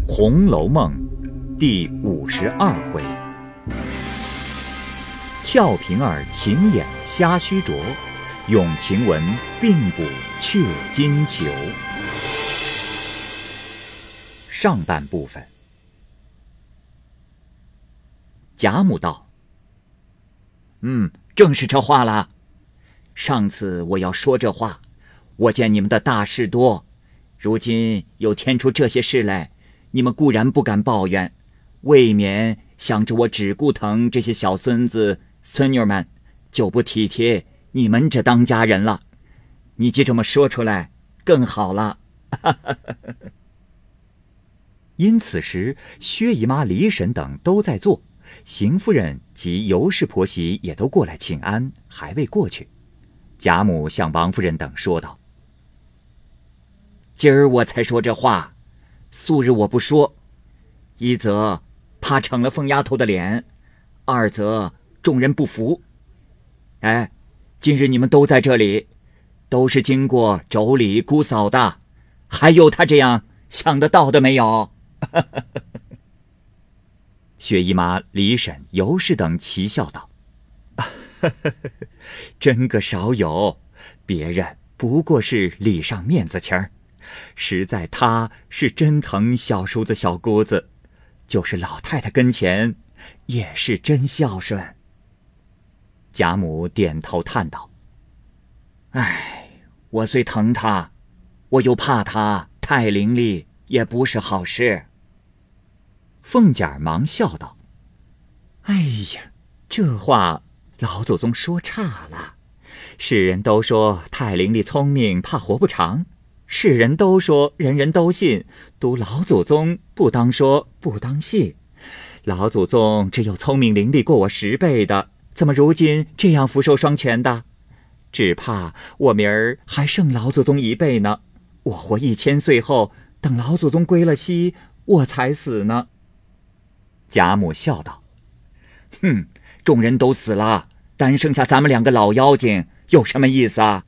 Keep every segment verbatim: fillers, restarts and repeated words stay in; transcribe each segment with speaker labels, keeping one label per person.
Speaker 1: 《红楼梦》第五十二回：俏平儿情眼瞎须着，咏晴雯并补却金裘。上半部分。贾母道：嗯，正是这话了。上次我要说这话，我见你们的大事多，如今又添出这些事来，你们固然不敢抱怨，未免想着我只顾疼这些小孙子孙女们，就不体贴你们这当家人了。你既这么说出来更好了。因此时薛姨妈、李婶等都在座，邢夫人及尤氏婆媳也都过来请安，还未过去。贾母向王夫人等说道：今儿我才说这话，素日我不说，一则怕成了疯丫头的脸，二则众人不服。哎，今日你们都在这里，都是经过妯娌姑嫂的，还有他这样想得到的没有？薛姨妈、李婶、尤氏等齐笑道：真个少有，别人不过是礼上面子钱儿，实在他是真疼小叔子小姑子，就是老太太跟前也是真孝顺。贾母点头叹道：唉，我虽疼他，我又怕他太伶俐，也不是好事。凤姐儿忙笑道：哎呀，这话老祖宗说差了。世人都说太伶俐聪明怕活不长，世人都说人人都信，独老祖宗不当说不当信。老祖宗只有聪明伶俐过我十倍的，怎么如今这样福寿双全的？只怕我明儿还胜老祖宗一倍呢。我活一千岁后，等老祖宗归了西，我才死呢。贾母笑道：哼，众人都死了，单剩下咱们两个老妖精，有什么意思啊？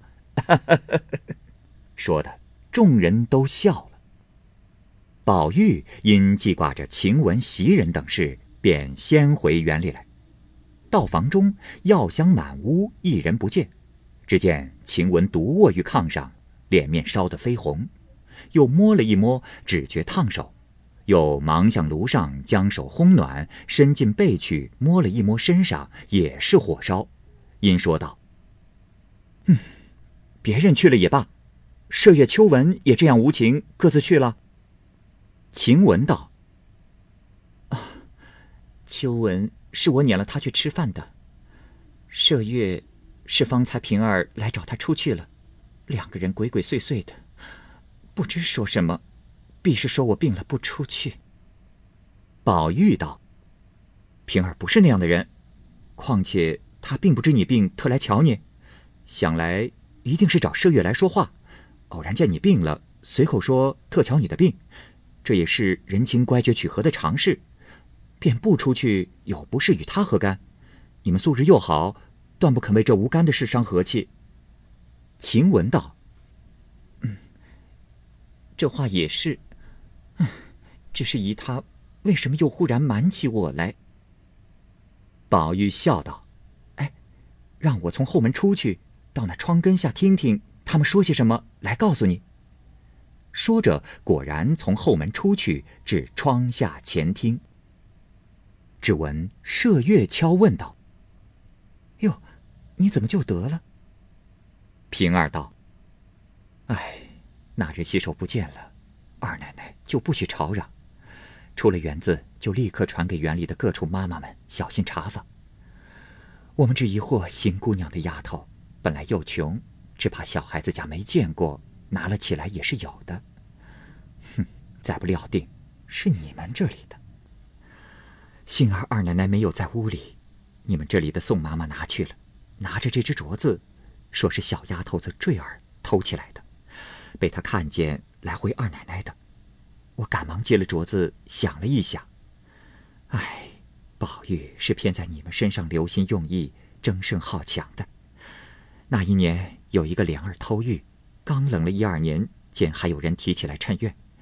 Speaker 1: 说的众人都笑了。宝玉因记挂着晴雯、袭人等事，便先回园里来。到房中，药香满屋，一人不见。只见晴雯独卧于炕上，脸面烧得绯红，又摸了一摸，只觉烫手，又忙向炉上将手烘暖，伸进背去摸了一摸身上，也是火烧。因说道：嗯，别人去了也罢，麝月、秋纹也这样无情，各自去了。晴雯道：啊，秋纹是我撵了他去吃饭的，麝月是方才平儿来找他出去了，两个人鬼鬼祟祟的，不知说什么，必是说我病了不出去。宝玉道：平儿不是那样的人，况且他并不知你病，特来瞧你，想来一定是找麝月来说话，偶然见你病了，随口说特瞧你的病，这也是人情乖觉取和的常事，便不出去，有不是与他何干？你们素日又好，断不肯为这无干的事伤和气。晴雯道：嗯，这话也是，嗯，只是疑他为什么又忽然瞒起我来。宝玉笑道：哎，让我从后门出去，到那窗根下听听他们说些什么，来告诉你。说着果然从后门出去，至窗下前听。只闻麝月悄问道：哟，你怎么就得了？平儿道：哎，那日洗手不见了，二奶奶就不许吵嚷，出了园子就立刻传给园里的各处妈妈们小心查访。我们这一伙邢姑娘的丫头本来又穷，只怕小孩子家没见过，拿了起来也是有的。哼，再不料定是你们这里的。幸而二奶奶没有在屋里，你们这里的宋妈妈拿去了，拿着这只镯子，说是小丫头子坠儿偷起来的，被她看见来回二奶奶的。我赶忙接了镯子，想了一想，哎，宝玉是偏在你们身上留心用意，争胜好强的。那一年有一个莲儿偷玉，刚冷了一二年，见还有人提起来趁怨，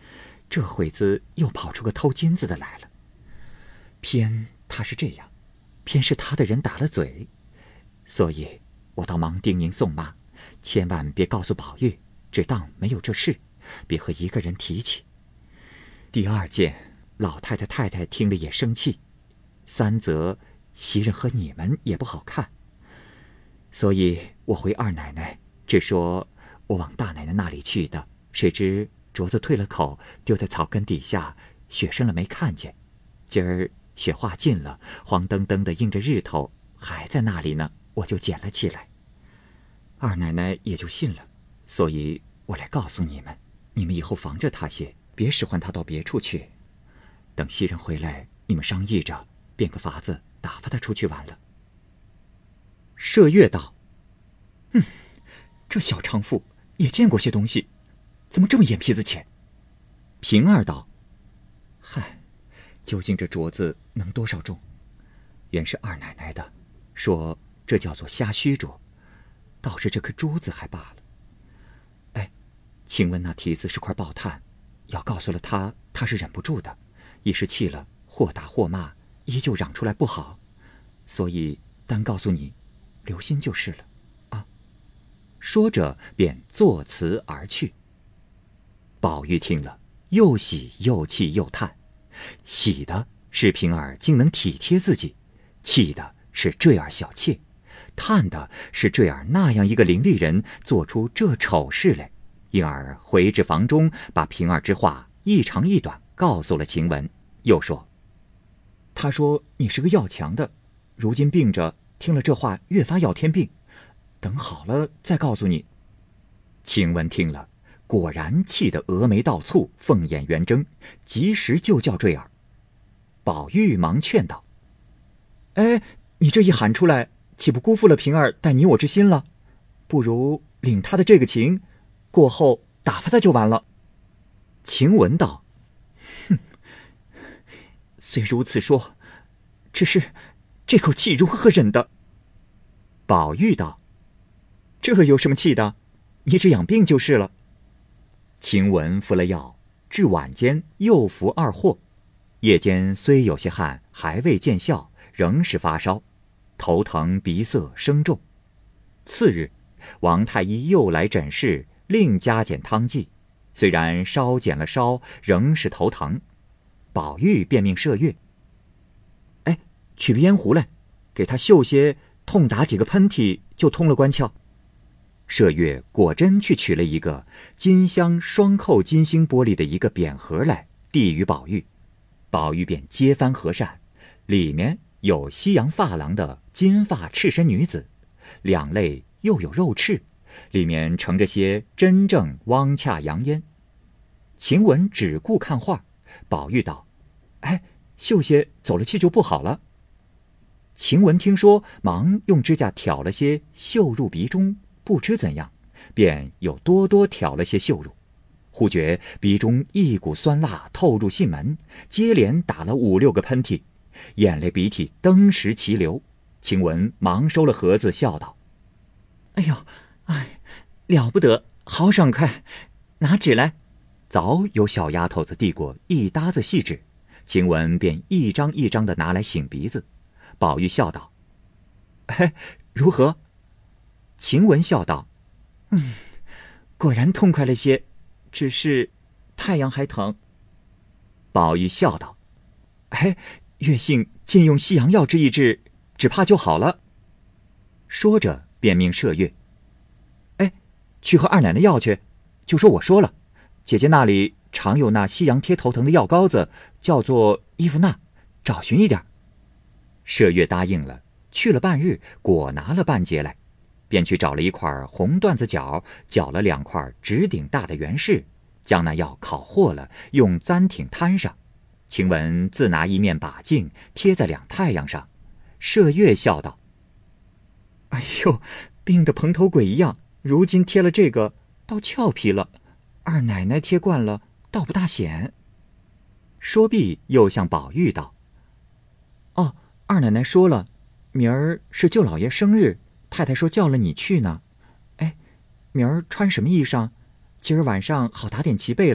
Speaker 1: 这会子又跑出个偷金子的来了。偏他是这样，偏是他的人打了嘴，所以我倒忙叮咛送骂，千万别告诉宝玉，只当没有这事，别和一个人提起。第二件，老太太太太听了也生气；三则，袭人和你们也不好看。所以我回二奶奶，只说我往大奶奶那里去的，谁知镯子退了口，丢在草根底下，雪深了没看见。今儿雪化尽了，黄澄澄的映着日头，还在那里呢，我就捡了起来。二奶奶也就信了，所以我来告诉你们，你们以后防着他些，别使唤他到别处去。等袭人回来，你们商议着，变个法子打发他出去玩了。麝月道：嗯，这小娼妇也见过些东西，怎么这么眼皮子浅？平儿道：嗨，究竟这镯子能多少重？原是二奶奶的，说这叫做虾须镯，倒是这颗珠子还罢了。哎，请问那蹄子是块爆炭，要告诉了他，他是忍不住的，一时气了，或打或骂，依旧嚷出来不好，所以单告诉你，留心就是了啊。说着便作辞而去。宝玉听了，又喜又气又叹，喜的是平儿竟能体贴自己，气的是坠儿小妾，叹的是坠儿那样一个伶俐人做出这丑事来，因而回至房中，把平儿之话一长一短告诉了晴雯，又说：他说你是个要强的，如今病着，听了这话越发要添病，等好了再告诉你。晴雯听了，果然气得峨眉倒蹙，凤眼圆睁，及时就叫坠儿。宝玉忙劝道：哎，你这一喊出来，岂不辜负了平儿待你我之心了？不如领他的这个情，过后打发他就完了。晴雯道：哼，虽如此说，只是这口气如何忍的？宝玉道：这有什么气的？你只养病就是了。晴雯服了药，至晚间又服二货，夜间虽有些汗，还未见效，仍是发烧，头疼鼻塞生重。次日，王太医又来诊视，另加减汤剂，虽然稍减了烧，仍是头疼。宝玉便命麝月：哎，取鼻烟壶来，给他嗅些，痛打几个喷嚏，就通了关窍。麝月果真去取了一个金镶双扣金星玻璃的一个扁盒来，递与宝玉。宝玉便揭翻合扇，里面有西洋发廊的金发赤身女子，两肋又有肉翅，里面盛着些真正汪洽洋烟。晴雯只顾看画，宝玉道：哎，嗅些走了气就不好了。晴雯听说，忙用指甲挑了些嗅入鼻中，不知怎样，便又多多挑了些嗅入，忽觉鼻中一股酸辣透入心门，接连打了五六个喷嚏，眼泪鼻涕登时齐流。晴雯忙收了盒子，笑道：哎呦，哎，了不得，好爽快，拿纸来。早有小丫头子递过一搭子细纸，晴雯便一张一张的拿来擤鼻子。宝玉笑道：嘿，如何？晴雯笑道：嗯，果然痛快了些，只是太阳还疼。宝玉笑道：哎，月幸尽用西洋药治一治，只怕就好了。说着便命麝月：哎，去和二奶奶要去，就说我说了，姐姐那里常有那西洋贴头疼的药膏子，叫做伊芙娜，找寻一点。麝月答应了，去了半日，果拿了半截来，便去找了一块红缎子角，绞了两块直顶大的圆柿，将那药烤和了，用簪挺摊上。晴雯自拿一面把镜贴在两太阳上。麝月笑道：哎呦，病得蓬头鬼一样，如今贴了这个倒俏皮了，二奶奶贴惯了倒不大显。说毕又向宝玉道：哦，二奶奶说了，明儿是舅老爷生日，太太说叫了你去呢。哎，明儿穿什么衣裳？今儿晚上好打点齐备了，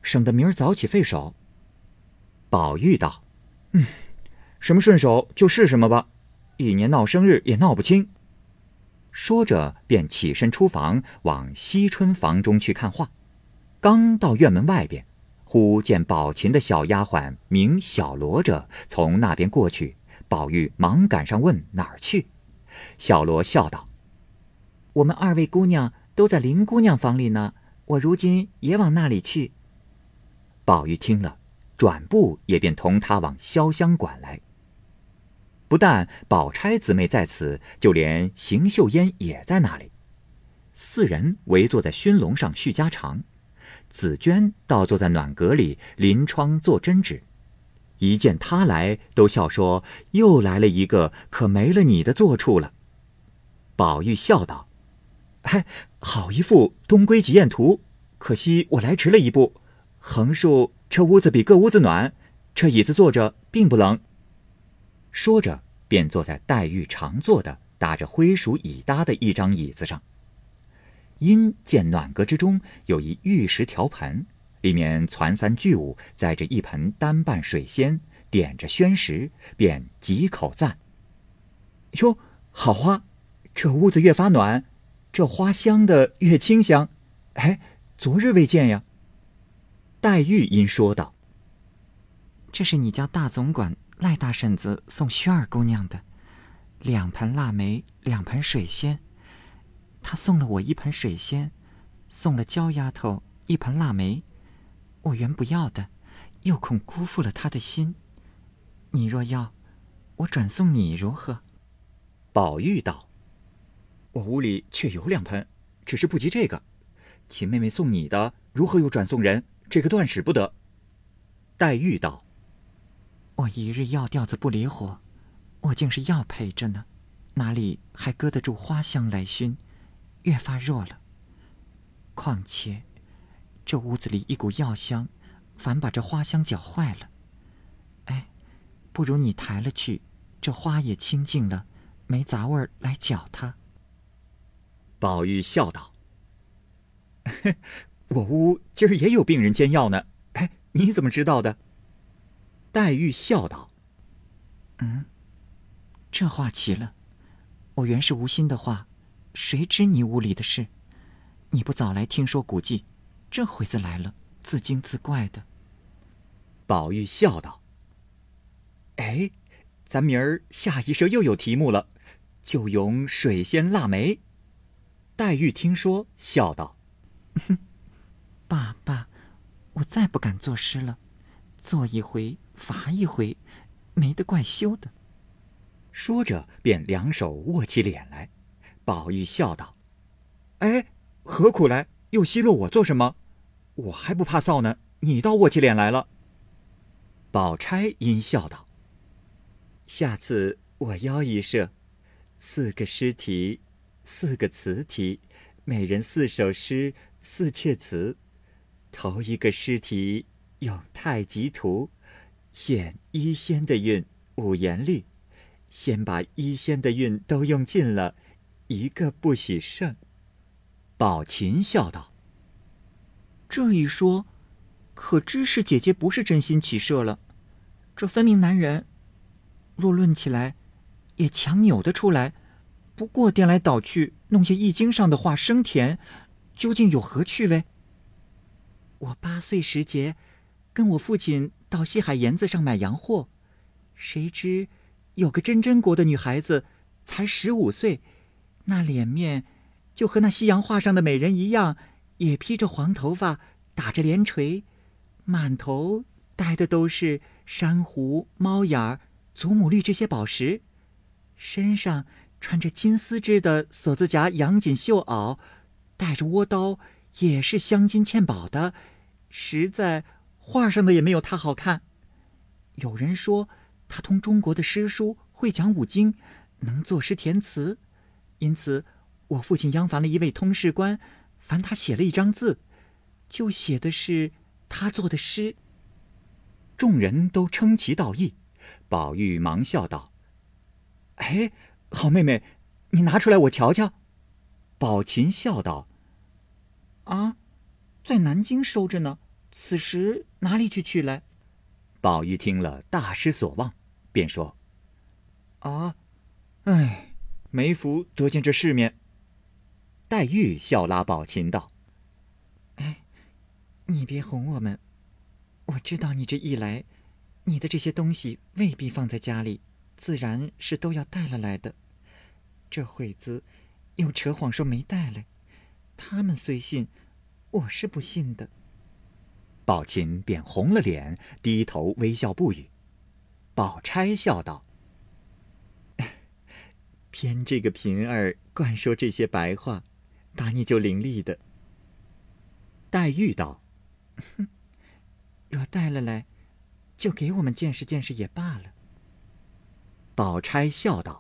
Speaker 1: 省得明儿早起费手。”宝玉道：“嗯，什么顺手就是什么吧，一年闹生日也闹不清。”说着便起身出房，往惜春房中去看画。刚到院门外边，忽见宝琴的小丫鬟名小罗者从那边过去，宝玉忙赶上问哪儿去。小罗笑道：“我们二位姑娘都在林姑娘房里呢，我如今也往那里去。”宝玉听了，转步也便同他往潇湘馆来。不但宝钗姊妹在此，就连邢岫烟也在那里。四人围坐在熏笼上叙家常，紫娟倒坐在暖阁里临窗做针纸。一见他来，都笑说：“又来了一个，可没了你的坐处了。”宝玉笑道：“嗨，好一幅东归极艳图，可惜我来迟了一步。横竖这屋子比各屋子暖，这椅子坐着并不冷。”说着便坐在黛玉常坐的搭着灰鼠椅搭的一张椅子上。因见暖阁之中有一玉石条盆，里面攒三巨物，载着一盆单瓣水仙，点着宣石，便几口赞：“哟，好花！这屋子越发暖，这花香的越清香。哎，昨日未见呀。”黛玉因说道：“
Speaker 2: 这是你家大总管赖大婶子送薛二姑娘的，两盆腊梅，两盆水仙。她送了我一盆水仙，送了娇丫头一盆腊梅。我原不要的，又恐辜负了她的心。你若要，我转送你如何？”
Speaker 1: 宝玉道：“我屋里却有两盆，只是不及这个。秦妹妹送你的，如何又转送人？这个断使不得。”黛玉道：“
Speaker 2: 我一日药吊子不离火，我竟是药陪着呢，哪里还搁得住花香来熏，越发弱了。况且这屋子里一股药香，反把这花香搅坏了。哎，不如你抬了去，这花也清净了，没杂味儿来搅它。”
Speaker 1: 宝玉笑道：“我屋今儿也有病人煎药呢，哎，你怎么知道的？”黛玉笑道：“
Speaker 2: 嗯，这话奇了。我原是无心的话，谁知你屋里的事？你不早来听说古迹，这回子来了，自惊自怪的。”
Speaker 1: 宝玉笑道：“哎，咱明儿下一社又有题目了，就用水仙腊梅。”黛玉听说，笑道：“
Speaker 2: 哼，爸爸，我再不敢作诗了，做一回罚一回，没得怪羞的。”
Speaker 1: 说着便两手握起脸来。宝玉笑道：“哎，何苦来？又奚落我做什么？我还不怕臊呢，你倒握起脸来了。”宝钗因笑道：“下次我邀一社，四个诗题，四个词题，每人四首诗，四阙词。头一个诗题用太极图，现一仙的韵，五言律，先把一仙的韵都用尽了，一个不许剩。”宝琴笑道：“
Speaker 2: 这一说，可知是姐姐不是真心起社了。这分明男人，若论起来，也强扭得出来。不过颠来倒去，弄些易经上的话生甜，究竟有何趣味？我八岁时节，跟我父亲到西海沿子上买洋货，谁知有个真真国的女孩子，才十五岁，那脸面就和那西洋画上的美人一样，也披着黄头发，打着连垂，满头戴的都是珊瑚、猫眼儿、祖母绿这些宝石，身上穿着金丝织的锁子夹洋锦绣袄，带着倭刀，也是镶金嵌宝的，实在画上的也没有她好看。有人说她通中国的诗书，会讲五经，能作诗填词，因此我父亲央烦了一位通事官，烦他写了一张字，就写的是他做的诗。”
Speaker 1: 众人都称其道义。宝玉忙笑道：“哎，好妹妹，你拿出来我瞧瞧。”宝琴笑道：“
Speaker 2: 啊，在南京收着呢， 此时哪里去去来？
Speaker 1: 宝玉听了大失所望，便说：
Speaker 2: 啊，哎，没福得见这世面。
Speaker 1: 黛玉笑拉宝琴道：
Speaker 2: 哎，你别哄我们，我知道你这一来，你的这些东西未必放在家里，自然是都要带了来的。这会子又扯谎说没带来，他们虽信，我是不信的。
Speaker 1: 宝琴便红了脸，低头微笑不语。宝钗笑道：
Speaker 2: 偏这个平儿惯说这些白话，把你就伶俐的。
Speaker 1: 黛玉道：
Speaker 2: 哼，若带了来，就给我们见识见识也罢了。
Speaker 1: 宝钗笑道：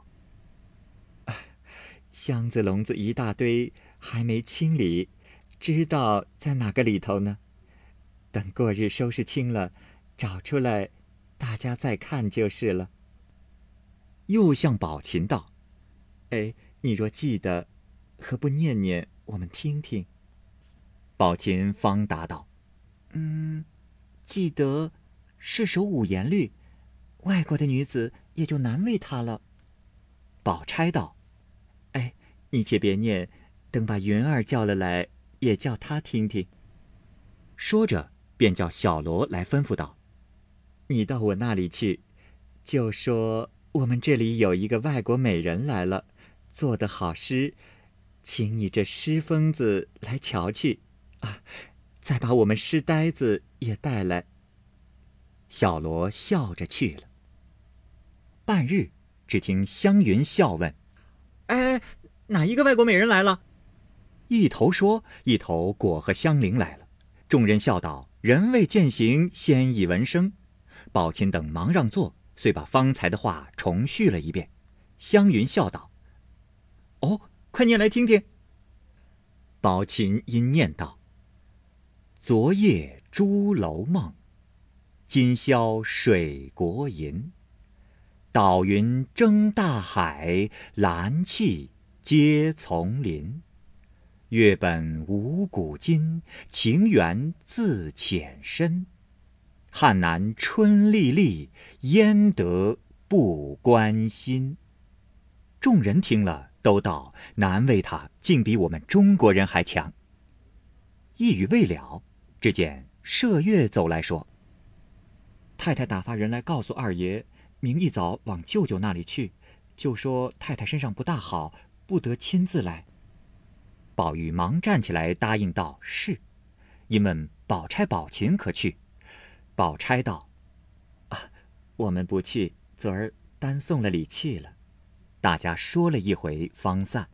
Speaker 2: 箱子笼子一大堆，还没清理，知道在哪个里头呢？等过日收拾清了，找出来，大家再看就是了。
Speaker 1: 又向宝琴道：
Speaker 2: 哎，你若记得，何不念念，我们听听？
Speaker 1: 宝琴方答道：
Speaker 2: 嗯，记得是首五言律，外国的女子也就难为他了。
Speaker 1: 宝钗道：
Speaker 2: 哎，你且别念，等把云儿叫了来，也叫她听听。
Speaker 1: 说着便叫小罗来吩咐道：
Speaker 2: 你到我那里去，就说我们这里有一个外国美人来了，做的好诗，请你这诗疯子来瞧去啊，再把我们诗呆子也带来。
Speaker 1: 小罗笑着去了。半日，只听湘云笑问：
Speaker 2: 哎，哪一个外国美人来了？
Speaker 1: 一头说，一头果和香菱来了。众人笑道：人未见形，先已闻声。宝琴等忙让座，遂把方才的话重叙了一遍。湘云笑道：
Speaker 2: 哦，快念来听听。
Speaker 1: 宝琴因念道：昨夜朱楼梦，今宵水国银。岛云争大海，蓝气接丛林。月本无古今，情缘自浅深。汉南春历历，焉得不关心？众人听了，都道难为他竟比我们中国人还强。一语未了，只见麝月走来说：
Speaker 2: 太太打发人来告诉二爷，明一早往舅舅那里去，就说太太身上不大好，不得亲自来。
Speaker 1: 宝玉忙站起来答应道：是。因问宝钗宝琴可去？宝钗道：
Speaker 2: 啊，我们不去，昨儿单送了礼去了。
Speaker 1: 大家说了一回，方散。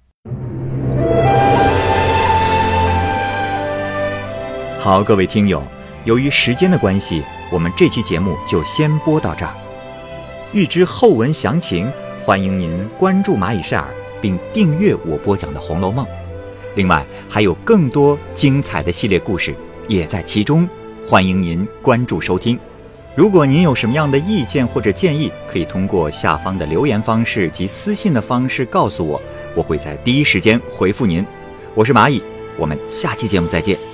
Speaker 1: 好，各位听友，由于时间的关系，我们这期节目就先播到这儿。欲知后文详情，欢迎您关注蚂蚁晒尔，并订阅我播讲的《红楼梦》。另外，还有更多精彩的系列故事也在其中，欢迎您关注收听。如果您有什么样的意见或者建议，可以通过下方的留言方式及私信的方式告诉我，我会在第一时间回复您。我是蚂蚁，我们下期节目再见。